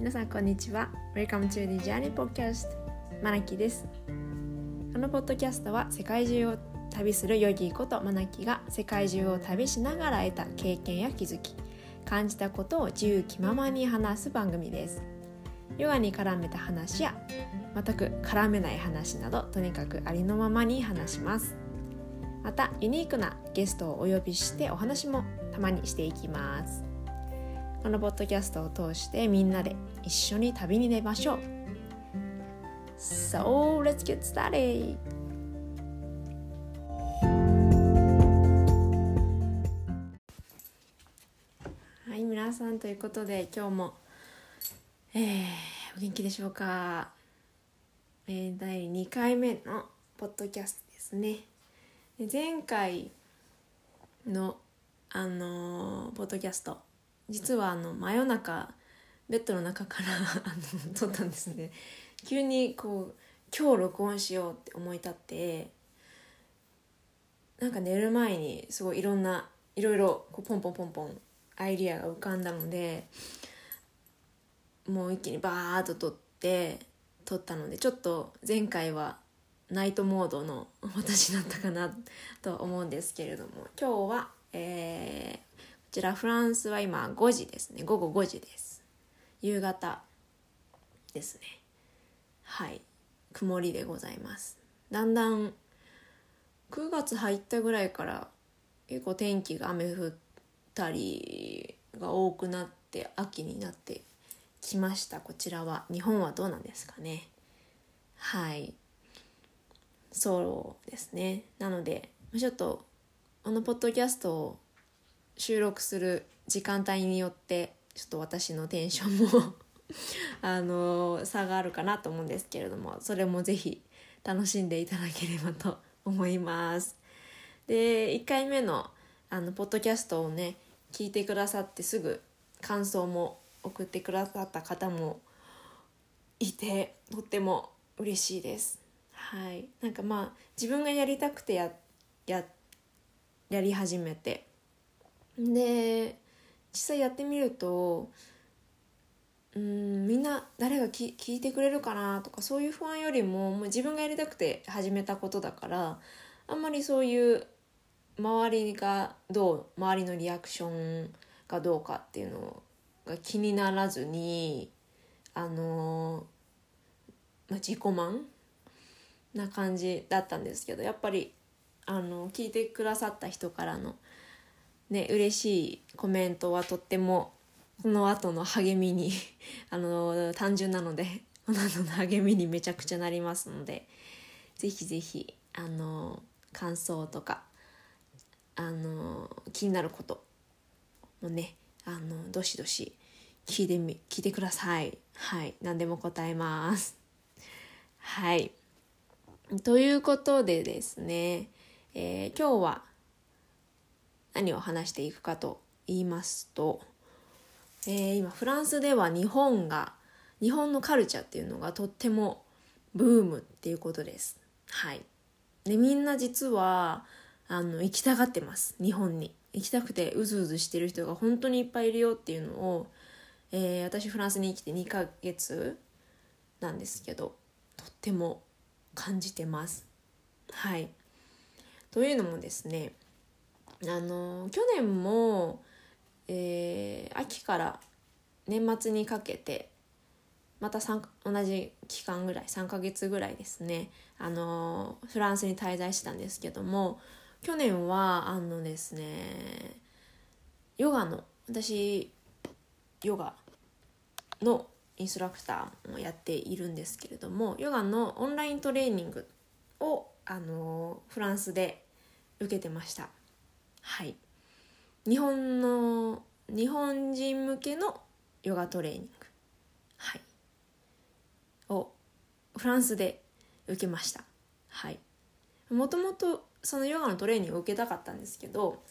皆さんこんにちは。 Welcome to the Journey Podcast マナキです。このポッドキャストは世界中を旅するヨギことマナキが世界中を旅しながら得た経験や気づき、感じたことを自由気ままに話す番組です。ヨガに絡めた話や全く絡めない話など、とにかくありのままに話します。またユニークなゲストをお呼びしてお話もたまにしていきます。このポッドキャストを通してみんなで一緒に旅に出ましょう。 So let's get started。 はい、皆さんということで今日も、お元気でしょうか。第2回目のポッドキャストですね。前回のポッドキャスト、実は真夜中ベッドの中から撮ったんですね。急に今日録音しようって思い立って、なんか寝る前にすごいいろいろポンポンアイディアが浮かんだので、もう一気にバーッと撮ったので、ちょっと前回はナイトモードの私だったかなと思うんですけれども、今日は、こちらフランスは今5時ですね。午後5時です。夕方ですね。はい、曇りでございます。だんだん9月入ったぐらいから結構天気が雨降ったりが多くなって秋になってきました。こちらは日本はどうなんですかね。はい、そうですね。なのでちょっとこのポッドキャストを収録する時間帯によってちょっと私のテンションも差があるかなと思うんですけれども、それもぜひ楽しんでいただければと思います。で、1回目のポッドキャストをね聞いてくださってすぐ感想も送ってくださった方もいて、とっても嬉しいです。はい、なんか自分がやりたくてやり始めて、で実際やってみるとみんな誰が聞いてくれるかなとか、そういう不安よりも、もう自分がやりたくて始めたことだから、あんまりそういう周りのリアクションがどうかっていうのが気にならずに自己満な感じだったんですけど、やっぱり聞いてくださった人からのね、嬉しいコメントはとってもこの後の励みに単純なのでこの後の励みにめちゃくちゃなりますので、ぜひぜひ感想とか気になることもねどしどし聞いてください。はい、何でも答えます。はい、ということでですね、今日は何を話していくかと言いますと、今フランスでは日本のカルチャーっていうのがとってもブームっていうことです。はい。で、みんな実は行きたがってます。日本に行きたくてうずうずしてる人が本当にいっぱいいるよっていうのを、私フランスに来て2ヶ月なんですけど、とっても感じてます。はい。というのもですね、去年も、秋から年末にかけてまた同じ期間ぐらい3ヶ月ぐらいですね、フランスに滞在したんですけども、去年はですね、私ヨガのインストラクターもやっているんですけれども、ヨガのオンライントレーニングをフランスで受けてました。はい、日本人向けのヨガトレーニング、はい、をフランスで受けました。はい、もともとそのヨガのトレーニングを受けたかったんですけど、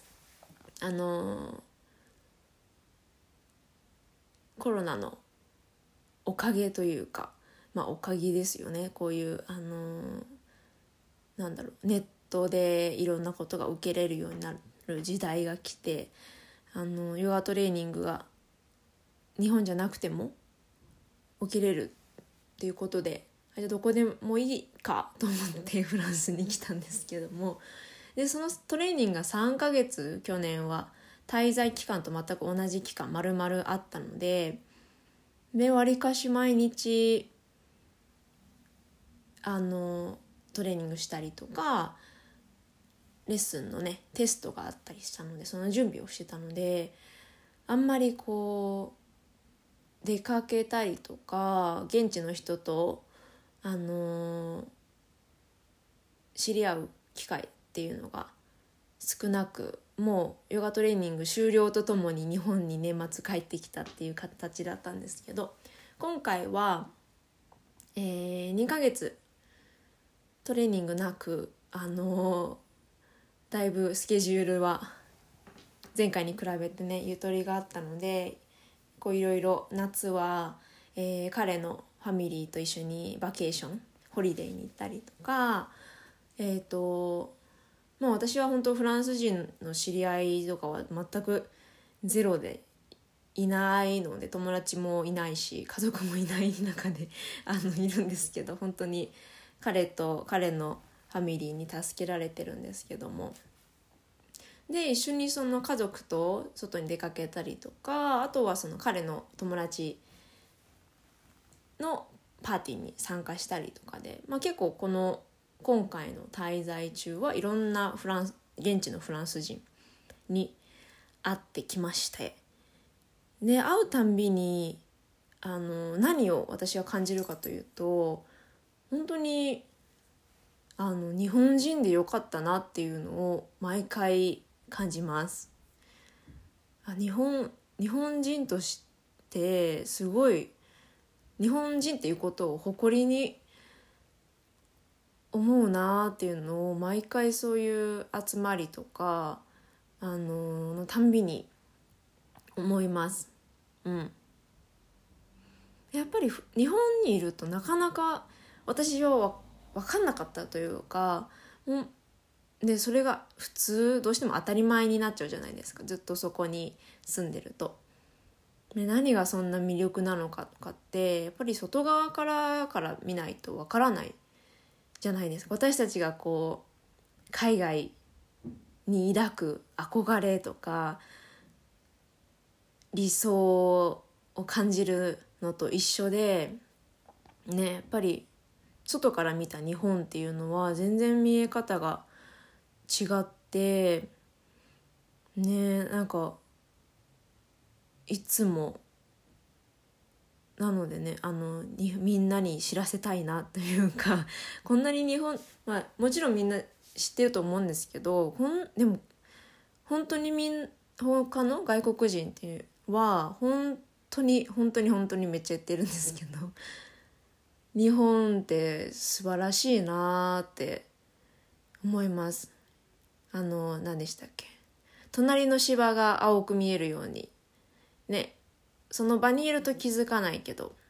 コロナのおかげというか、おかげですよね。こういうネットでいろんなことが受けれるようになる時代が来て、ヨガトレーニングが日本じゃなくても起きれるっていうことで、じゃあどこでもいいかと思ってフランスに来たんですけども、でそのトレーニングが3ヶ月去年は滞在期間と全く同じ期間丸々あったので、わりかし毎日トレーニングしたりとか、レッスンのねテストがあったりしたので、その準備をしてたので、あんまりこう出かけたりとか現地の人と知り合う機会っていうのが少なく、もうヨガトレーニング終了とともに日本に年末帰ってきたっていう形だったんですけど、今回は、2ヶ月トレーニングなく、だいぶスケジュールは前回に比べてねゆとりがあったので、こういろいろ夏は、彼のファミリーと一緒にバケーションホリデーに行ったりとか、もう私は本当フランス人の知り合いとかは全くゼロでいないので、友達もいないし家族もいない中でいるんですけど、本当に彼と彼のファミリーに助けられてるんですけども、で一緒にその家族と外に出かけたりとか、あとはその彼の友達のパーティーに参加したりとかで、結構今回の滞在中はいろんな現地のフランス人に会ってきまして、で会うたんびに何を私は感じるかというと、本当に日本人でよかったなっていうのを毎回感じます。日本人としてすごい、日本人っていうことを誇りに思うなっていうのを毎回そういう集まりとかのたんびに思います。やっぱり日本にいるとなかなか私は分かんなかったというか、でそれが普通どうしても当たり前になっちゃうじゃないですか、ずっとそこに住んでると。で何がそんな魅力なのかとかってやっぱり外側から見ないと分からないじゃないですか。私たちがこう海外に抱く憧れとか理想を感じるのと一緒でね、やっぱり外から見た日本っていうのは全然見え方が違ってね、なんかいつもなのでねみんなに知らせたいなというかこんなに日本、もちろんみんな知ってると思うんですけど、でも本当に他の外国人っていうは本当にめっちゃ言ってるんですけど日本って素晴らしいなって思います。何でしたっけ、隣の芝が青く見えるようにね、その場にいると気づかないけど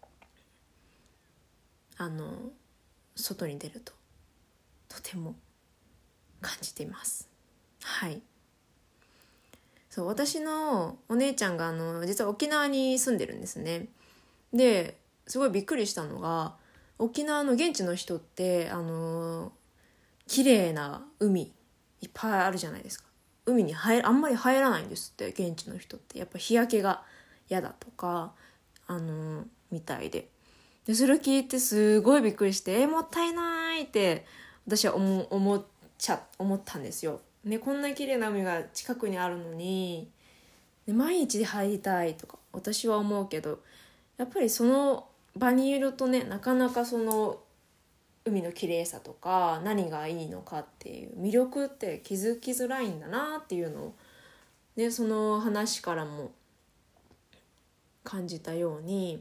外に出るととても感じています。はい。そう、私のお姉ちゃんが実は沖縄に住んでるんですね。ですごいびっくりしたのが、沖縄の現地の人って綺麗な海いっぱいあるじゃないですか。海にあんまり入らないんですって、現地の人って。やっぱ日焼けが嫌だとかみたいで、それを聞いてすごいびっくりして、もったいないって私は思ったんですよ、ね、こんな綺麗な海が近くにあるのに、ね、毎日入りたいとか私は思うけど、やっぱりその場にいるとね、なかなかその海の綺麗さとか何がいいのかっていう魅力って気づきづらいんだなっていうのを、ね、その話からも感じたように、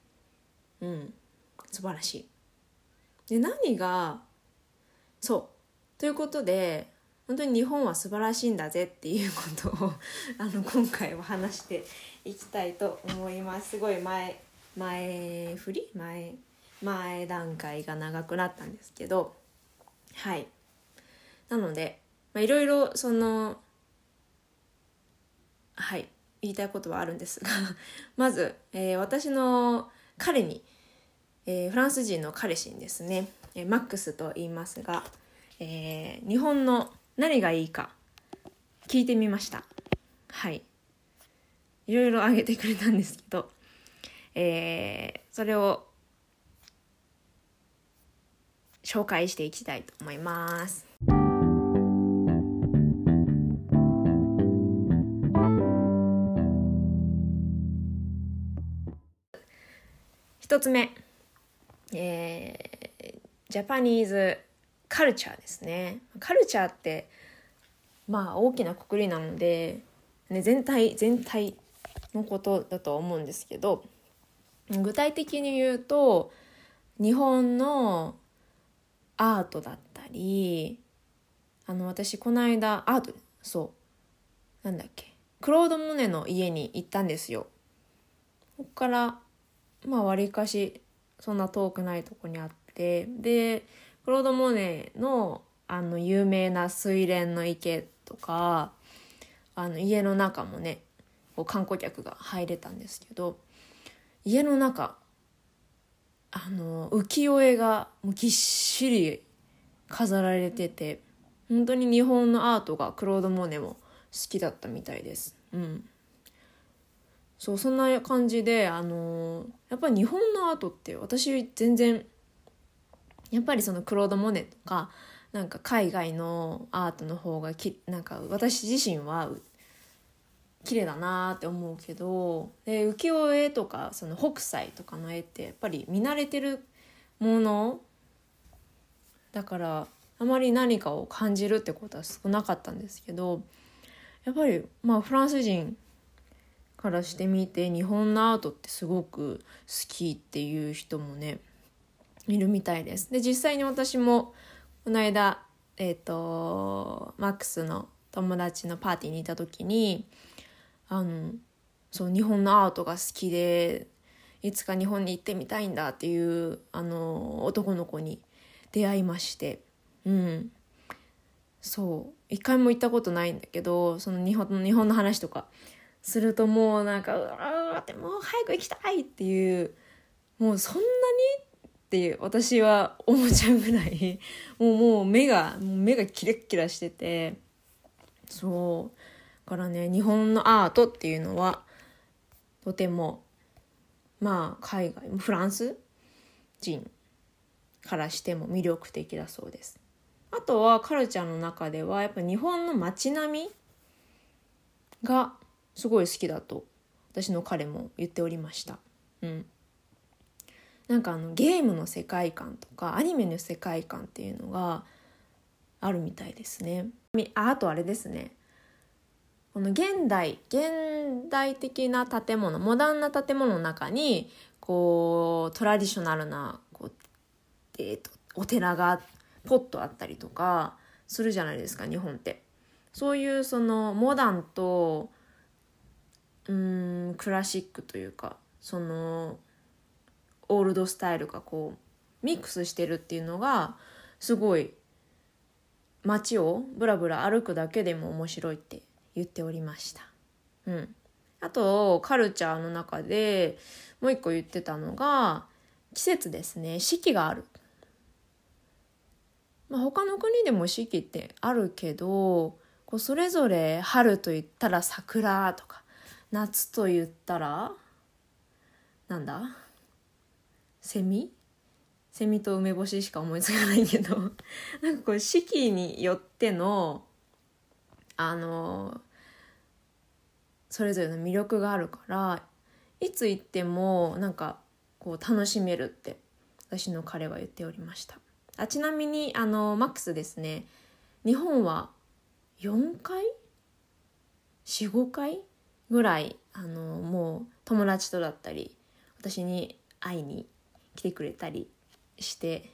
素晴らしい。で何がそうということで、本当に日本は素晴らしいんだぜっていうことを今回は話していきたいと思います。すごい前段階が長くなったんですけど、はい。なのでいろいろ言いたいことはあるんですがまず、私の彼に、フランス人の彼氏にですね、マックスと言いますが、日本の何がいいか聞いてみました。はい。いろいろあげてくれたんですけど、それを紹介していきたいと思います。一つ目、ジャパニーズカルチャーですね。カルチャーって大きな括りなので、全体のことだと思うんですけど、具体的に言うと日本のアートだったり、私この間クロード・モネの家に行ったんですよ。ここからわりかしそんな遠くないとこにあって、でクロード・モネの有名な睡蓮の池とか家の中もね観光客が入れたんですけど、家の中浮世絵がもうぎっしり飾られてて、本当に日本のアートがクロード・モネも好きだったみたいです。そんな感じでやっぱり日本のアートって私全然やっぱりそのクロード・モネとかなんか海外のアートの方がなんか私自身は綺麗だなって思うけど、で浮世絵とかその北斎とかの絵ってやっぱり見慣れてるものだからあまり何かを感じるってことは少なかったんですけど、やっぱりフランス人からしてみて日本のアートってすごく好きっていう人もねいるみたいです。で実際に私もこの間マックスの友達のパーティーにいた時に日本のアートが好きでいつか日本に行ってみたいんだっていう男の子に出会いまして、一回も行ったことないんだけど、その日本の話とかするともうなんかうわーってもう早く行きたいっていう、もうそんなにっていう私は思っちゃうぐらいもう目がキラッキラしてて、だからね日本のアートっていうのはとても海外フランス人からしても魅力的だそうです。あとはカルチャーの中ではやっぱ日本の街並みがすごい好きだと私の彼も言っておりました。なんかゲームの世界観とかアニメの世界観っていうのがあるみたいですね。あとあれですね、この現代的な建物、モダンな建物の中にこうトラディショナルなお寺がポッとあったりとかするじゃないですか日本って。そういうそのモダンとクラシックというかそのオールドスタイルがこうミックスしてるっていうのがすごい街をブラブラ歩くだけでも面白いって言っておりました。あとカルチャーの中でもう一個言ってたのが季節ですね。四季がある。他の国でも四季ってあるけどこうそれぞれ春と言ったら桜とか夏と言ったらセミと梅干ししか思いつかないけどなんかこう四季によってのそれぞれの魅力があるからいつ行ってもなんかこう楽しめるって私の彼は言っておりました。ちなみにマックスですね、日本は4回 4,5 回ぐらいもう友達とだったり私に会いに来てくれたりして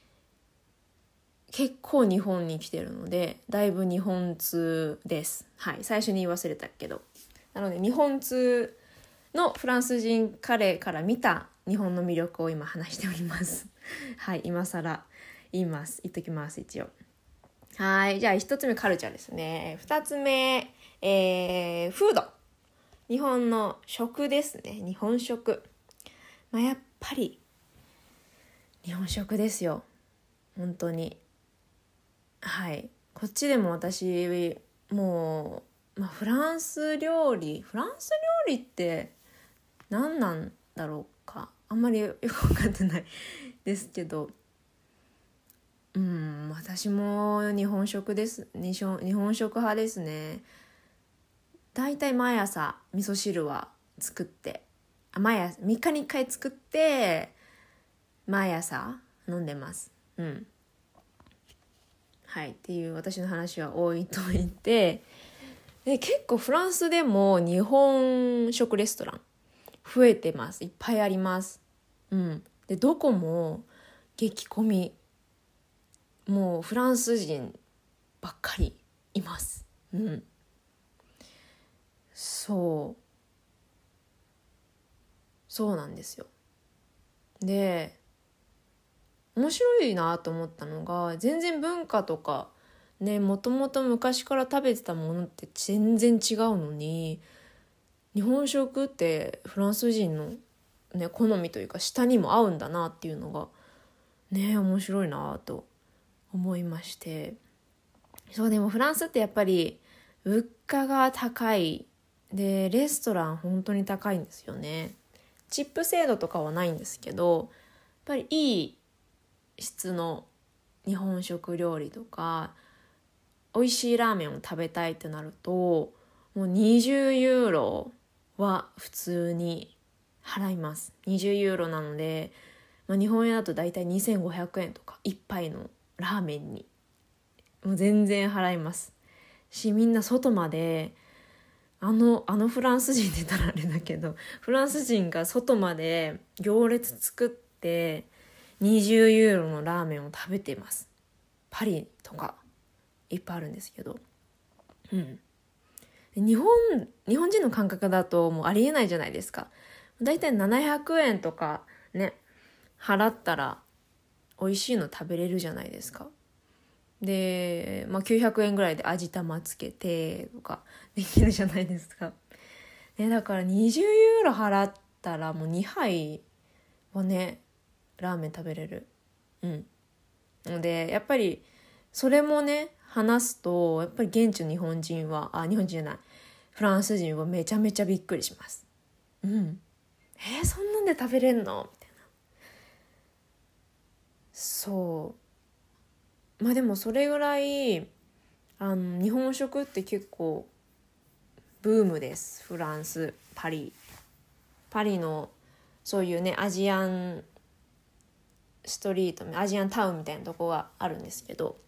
結構日本に来てるのでだいぶ日本通です。最初に言い忘れたけど、なので日本通のフランス人彼から見た日本の魅力を今話しております今更言っときます一応。じゃあ1つ目カルチャーですね。2つ目、フード、日本の食ですね。日本食、やっぱり日本食ですよ、本当に。はい、こっちでも私もう、フランス料理って何なんだろうか、あんまりよく分かってないですけど、私も日本食です。日本食派ですね。だいたい毎朝味噌汁は作って、毎朝3日に1回作って毎朝飲んでます。はい、っていう私の話は置いといて、で結構フランスでも日本食レストラン増えてます。いっぱいあります。でどこも激混み、もうフランス人ばっかりいます。そうなんですよ。で面白いなと思ったのが、全然文化とかね、もともと昔から食べてたものって全然違うのに、日本食ってフランス人の、好みというか舌にも合うんだなっていうのがね、面白いなと思いまして。そう、でもフランスってやっぱり物価が高いで、レストラン本当に高いんですよね。チップ制度とかはないんですけど、やっぱりいい質の日本食料理とか美味しいラーメンを食べたいってなると、もう20ユーロは普通に払います。20ユーロなので、日本円だとだいたい2500円とか一杯のラーメンにもう全然払いますし、みんな外まであのフランス人って言ったらあれだけど、フランス人が外まで行列作って20ユーロのラーメンを食べてます。パリとかいっぱいあるんですけど、日本人の感覚だともうありえないじゃないですか。だいたい700円とかね払ったら美味しいの食べれるじゃないですか。で、900円ぐらいで味玉つけてとかできるじゃないですか。だから20ユーロ払ったらもう2杯はねラーメン食べれる。のでやっぱりそれもね話すと、やっぱり現地の日本人じゃないフランス人はめちゃめちゃびっくりします。そんなんで食べれんのみたいな。でもそれぐらい日本食って結構ブームです。フランス、パリのそういうねアジアンストリート、アジアンタウンみたいなとこがあるんですけど、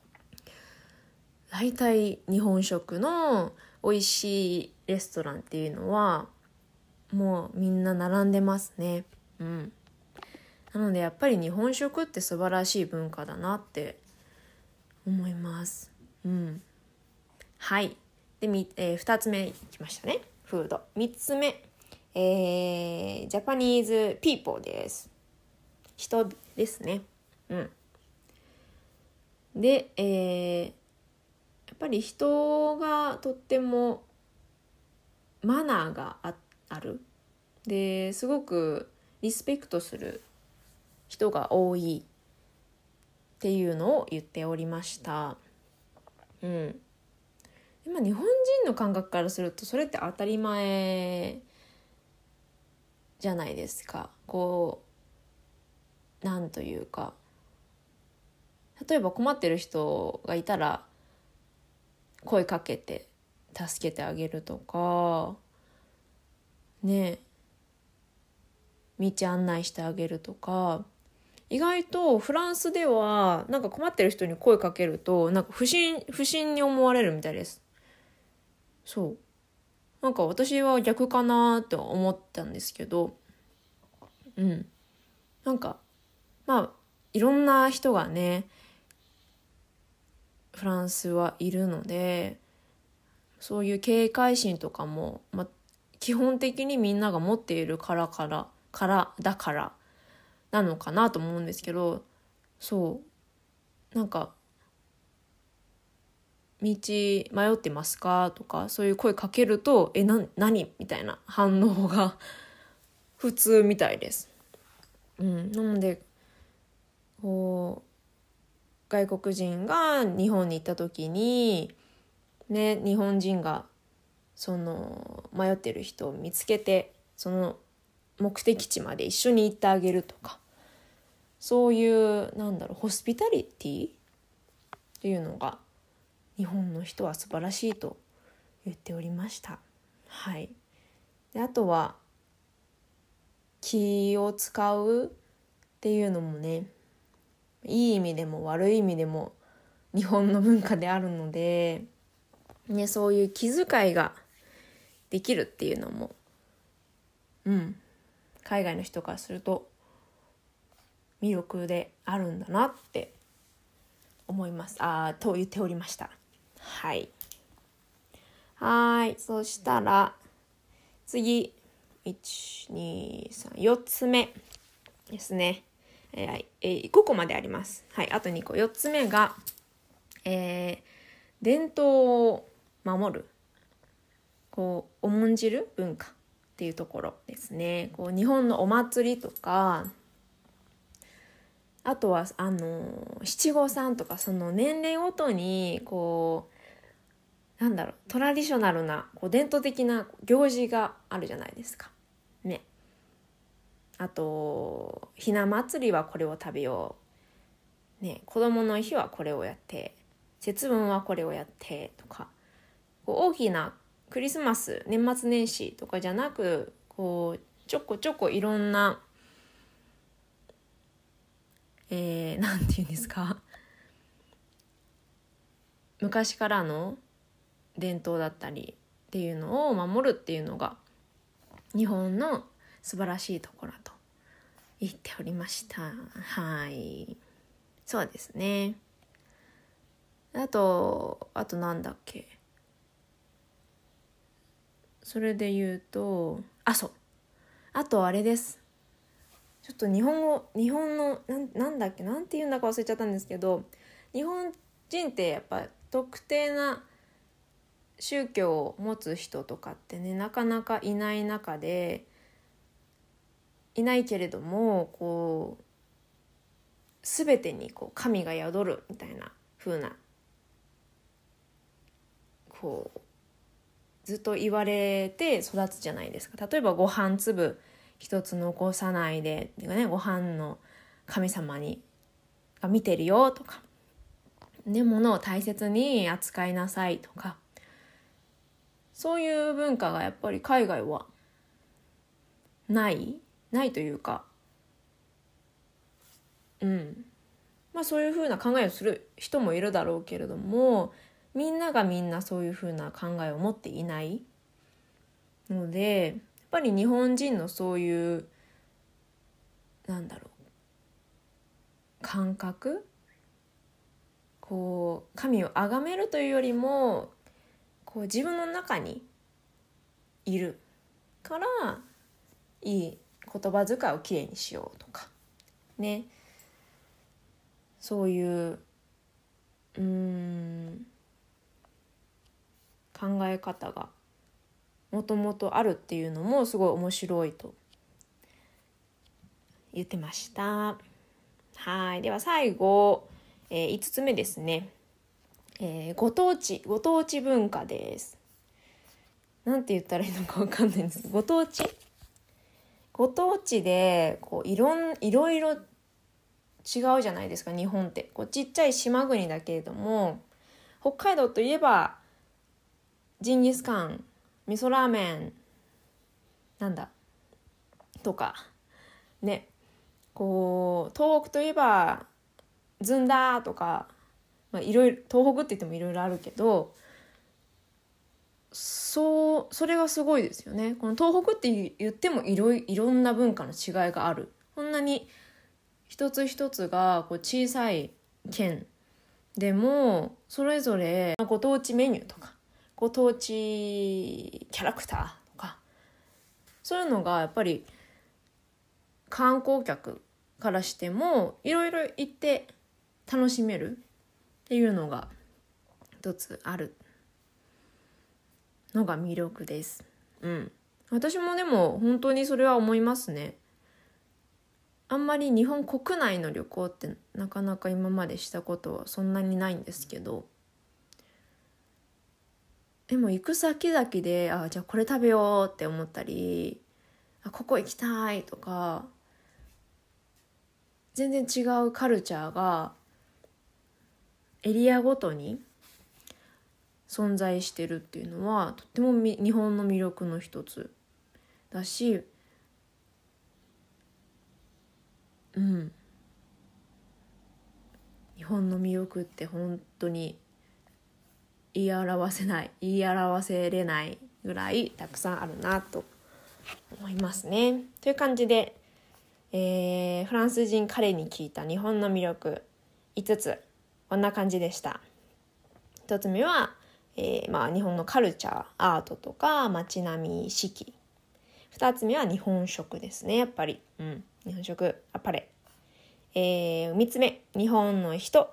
大体日本食の美味しいレストランっていうのはもうみんな並んでますね。なのでやっぱり日本食って素晴らしい文化だなって思います。はい。で、2つ目きましたね。フード。3つ目、ジャパニーズピーポーです。人ですね。で、やっぱり人がとってもマナーがある。ですごくリスペクトする人が多いっていうのを言っておりました。日本人の感覚からするとそれって当たり前じゃないですか。なんというか、例えば困ってる人がいたら声かけて助けてあげるとかね、道案内してあげるとか、意外とフランスではなんか困ってる人に声かけるとなんか不審に思われるみたいです。なんか私は逆かなって思ったんですけど、なんかいろんな人がねフランスはいるので、そういう警戒心とかも、基本的にみんなが持っているからなのかなと思うんですけど、なんか道迷ってますかとかそういう声かけると何みたいな反応が普通みたいです。 なのでこう外国人が日本に行った時にね、日本人がその迷ってる人を見つけてその目的地まで一緒に行ってあげるとか、そういうホスピタリティっていうのが日本の人は素晴らしいと言っておりました。はい。であとは気を使うっていうのもね、いい意味でも悪い意味でも日本の文化であるので、ね、そういう気遣いができるっていうのも、海外の人からすると魅力であるんだなって思います。と言っておりました。はい。そしたら次4つ目ですね。5個まであります。はい、あと2個。4つ目が、伝統を守る、重んじる文化っていうところですね。日本のお祭りとか、あとは七五三とか、その年齢ごとにトラディショナルな伝統的な行事があるじゃないですかね。あとひな祭りはこれを食べよう、ね、子供の日はこれをやって、節分はこれをやってとか、大きなクリスマス年末年始とかじゃなく、ちょこちょこいろんななんていうんですか、昔からの伝統だったりっていうのを守るっていうのが日本の素晴らしいところだと言っておりました。はい、そうですね。あとなんだっけ、それで言うとあとあれです。ちょっと日本のなんだっけ、なんて言うんだか忘れちゃったんですけど、日本人ってやっぱ特定な宗教を持つ人とかってね、なかなかいない中で、いないけれども全てに神が宿るみたいな風なずっと言われて育つじゃないですか。例えばご飯粒一つ残さないで、ご飯の神様が見てるよとか、物を大切に扱いなさいとか、そういう文化がやっぱり海外はないというか、そういうふうな考えをする人もいるだろうけれども、みんながみんなそういうふうな考えを持っていないので、やっぱり日本人のそういう感覚、神を崇めるというよりも自分の中にいるから、いい言葉遣いをきれいにしようとかね、そういう考え方がもともとあるっていうのもすごい面白いと言ってました。はい。では最後、5つ目ですね。ご当地文化です。なんて言ったらいいのか分かんないんです。ご当地でいろいろ違うじゃないですか。日本ってちっちゃい島国だけれども、北海道といえばジンギスカン、味噌ラーメンとかね、東北といえばずんだとか、いろいろ東北って言ってもいろいろあるけど、それがすごいですよね。この東北って言ってもいろんな文化の違いがある。こんなに一つ一つが小さい県でもそれぞれご当地メニューとかご当地キャラクターとか、そういうのがやっぱり観光客からしてもいろいろ行って楽しめるっていうのが一つあるのが魅力です。私もでも本当にそれは思いますね。 あんまり日本国内の旅行ってなかなか今までしたことはそんなにないんですけど、でも行く先々でじゃあこれ食べようって思ったり、ここ行きたいとか、全然違うカルチャーがエリアごとに存在してるっていうのはとっても日本の魅力の一つだし、日本の魅力って本当に言い表せれないぐらいたくさんあるなと思いますね。という感じで、フランス人彼に聞いた日本の魅力5つ、こんな感じでした。1つ目は、日本のカルチャー、アートとか街並み、四季。2つ目は日本食ですね、やっぱり、日本食、あっぱれ。3つ目、日本の人、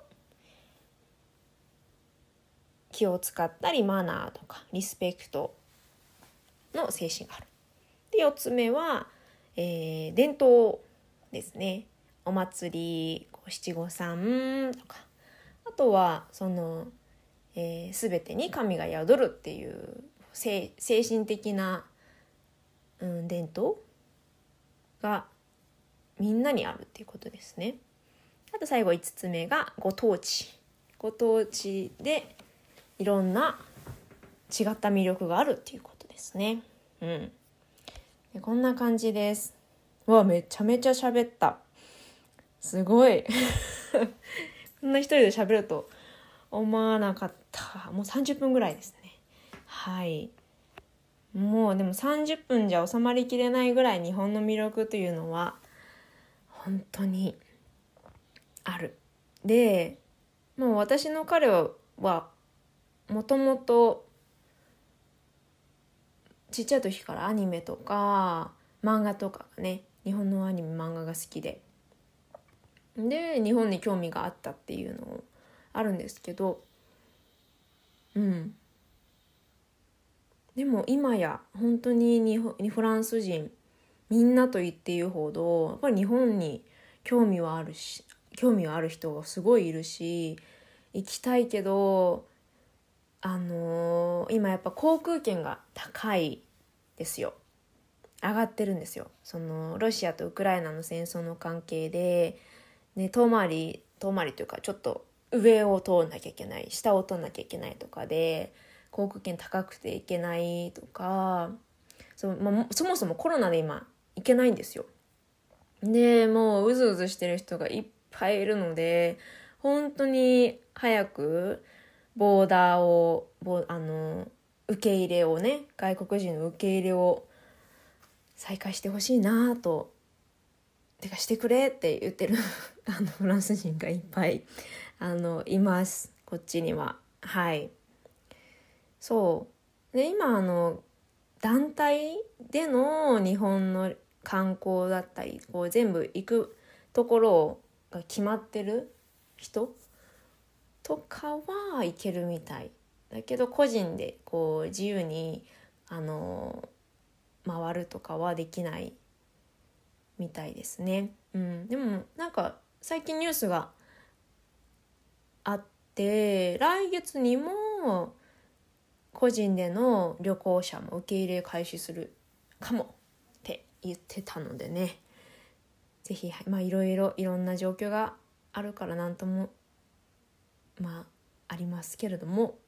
気を使ったりマナーとかリスペクトの精神がある。で4つ目は、伝統ですね。お祭り、七五三とか、あとはその、全てに神が宿るっていう精神的な、伝統がみんなにあるっていうことですね。あと最後5つ目がご当地でいろんな違った魅力があるっていうことですね。でこんな感じです。めちゃめちゃ喋った。すごいこんな一人で喋ると思わなかった。もう30分ぐらいですね。はい。もうでも30分じゃ収まりきれないぐらい日本の魅力というのは本当にある。で、もう私の彼はもともとちっちゃい時からアニメとか漫画とかがね、日本のアニメ漫画が好きで日本に興味があったっていうのあるんですけど、でも今や本当にフランス人みんなと言っていいほどやっぱり日本に興味はある人がすごいいるし、行きたいけど今やっぱ航空券が高いですよ。上がってるんですよ。そのロシアとウクライナの戦争の関係で、遠回りというかちょっと上を通んなきゃいけない、下を通んなきゃいけないとかで航空券高くて行けないとか、そもそもコロナで今行けないんですよ。でもううずうずしてる人がいっぱいいるので、本当に早くボーダーを受け入れをね、外国人の受け入れを再開してほしいなと、てかしてくれって言ってるフランス人がいっぱいいます、こっちには。はい。そうで、今団体での日本の観光だったり全部行くところが決まってる人とかは行けるみたいだけど、個人で自由に回るとかはできないみたいですね。でもなんか最近ニュースがあって、来月にも個人での旅行者も受け入れ開始するかもって言ってたのでね、ぜひいろんな状況があるからなんともありますけれども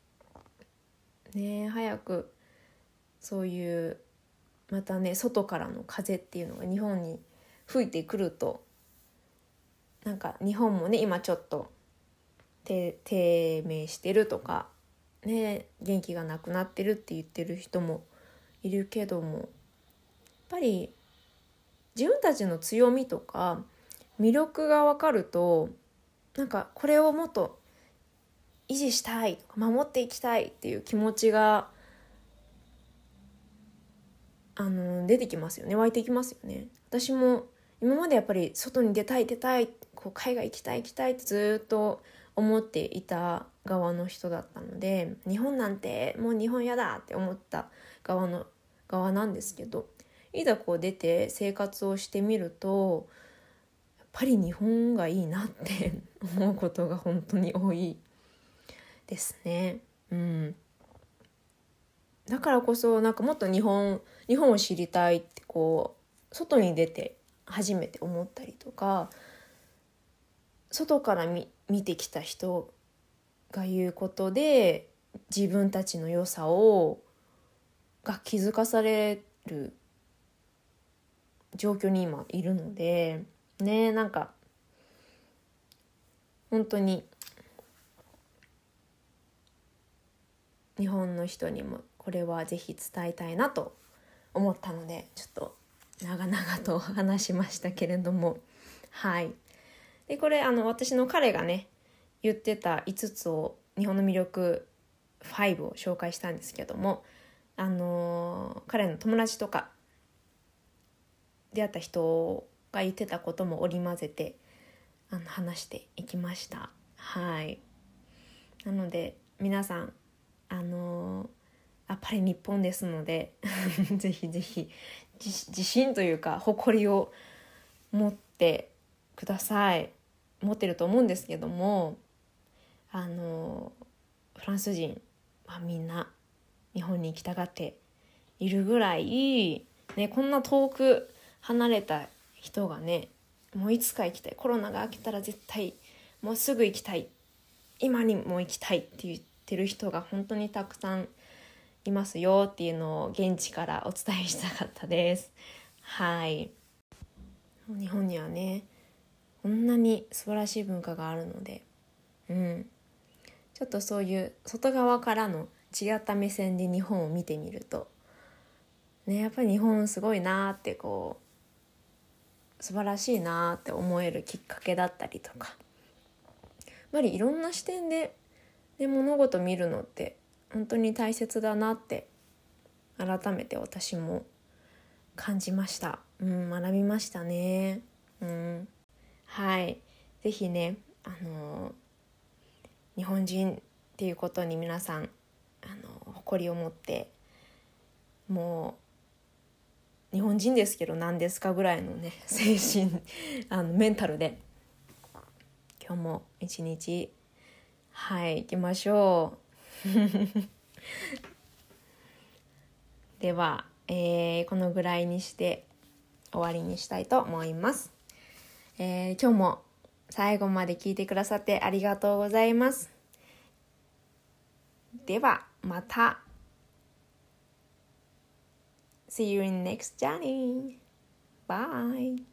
ね、早くそういうまたね、外からの風っていうのが日本に吹いてくると、なんか日本もね、今ちょっと低迷してるとかね、元気がなくなってるって言ってる人もいるけども、やっぱり自分たちの強みとか魅力が分かると、なんかこれをもっと維持したいとか守っていきたいっていう気持ちが出てきますよね、湧いてきますよね。私も今までやっぱり外に出たい海外行きたいってずっと思っていた側の人だったので、日本なんてもう日本やだって思った側なんですけど、いざ出て生活をしてみると、 ぱり日本がいいなって思うことが本当に多いですね。だからこそなんかもっと日本を知りたいってこう外に出て初めて思ったりとか、外から見てきた人が言うことで自分たちの良さが気づかされる状況に今いるのでね、なんか本当に日本の人にもこれはぜひ伝えたいなと思ったので、ちょっと長々と話しましたけれども、はい。でこれ私の彼がね言ってた5つを日本の魅力5を紹介したんですけども、彼の友達とか出会った人が言ってたことも織り交ぜて話していきました。はい。なので皆さんやっぱり日本ですのでぜひぜひ自信というか誇りを持ってください。持ってると思うんですけども、フランス人はみんな日本に行きたがっているぐらい、ね、こんな遠く離れた人がね、もういつか行きたい、コロナが明けたら絶対もうすぐ行きたい、今にも行きたいって言ってる人が本当にたくさんいますよっていうのを現地からお伝えしたかったです。はい。日本にはねこんなに素晴らしい文化があるので、ちょっとそういう外側からの違った目線で日本を見てみるとね、やっぱり日本すごいなって、こう素晴らしいなって思えるきっかけだったりとか、やっぱりいろんな視点で、物事見るのって本当に大切だなって改めて私も感じました。学びましたね。はい。ぜひね、日本人っていうことに皆さん誇りを持って、もう日本人ですけど何ですかぐらいのね精神メンタルで今日も一日行きましょうでは、このぐらいにして終わりにしたいと思います。今日も最後まで聞いてくださってありがとうございます。ではまた。See you in next journey. Bye.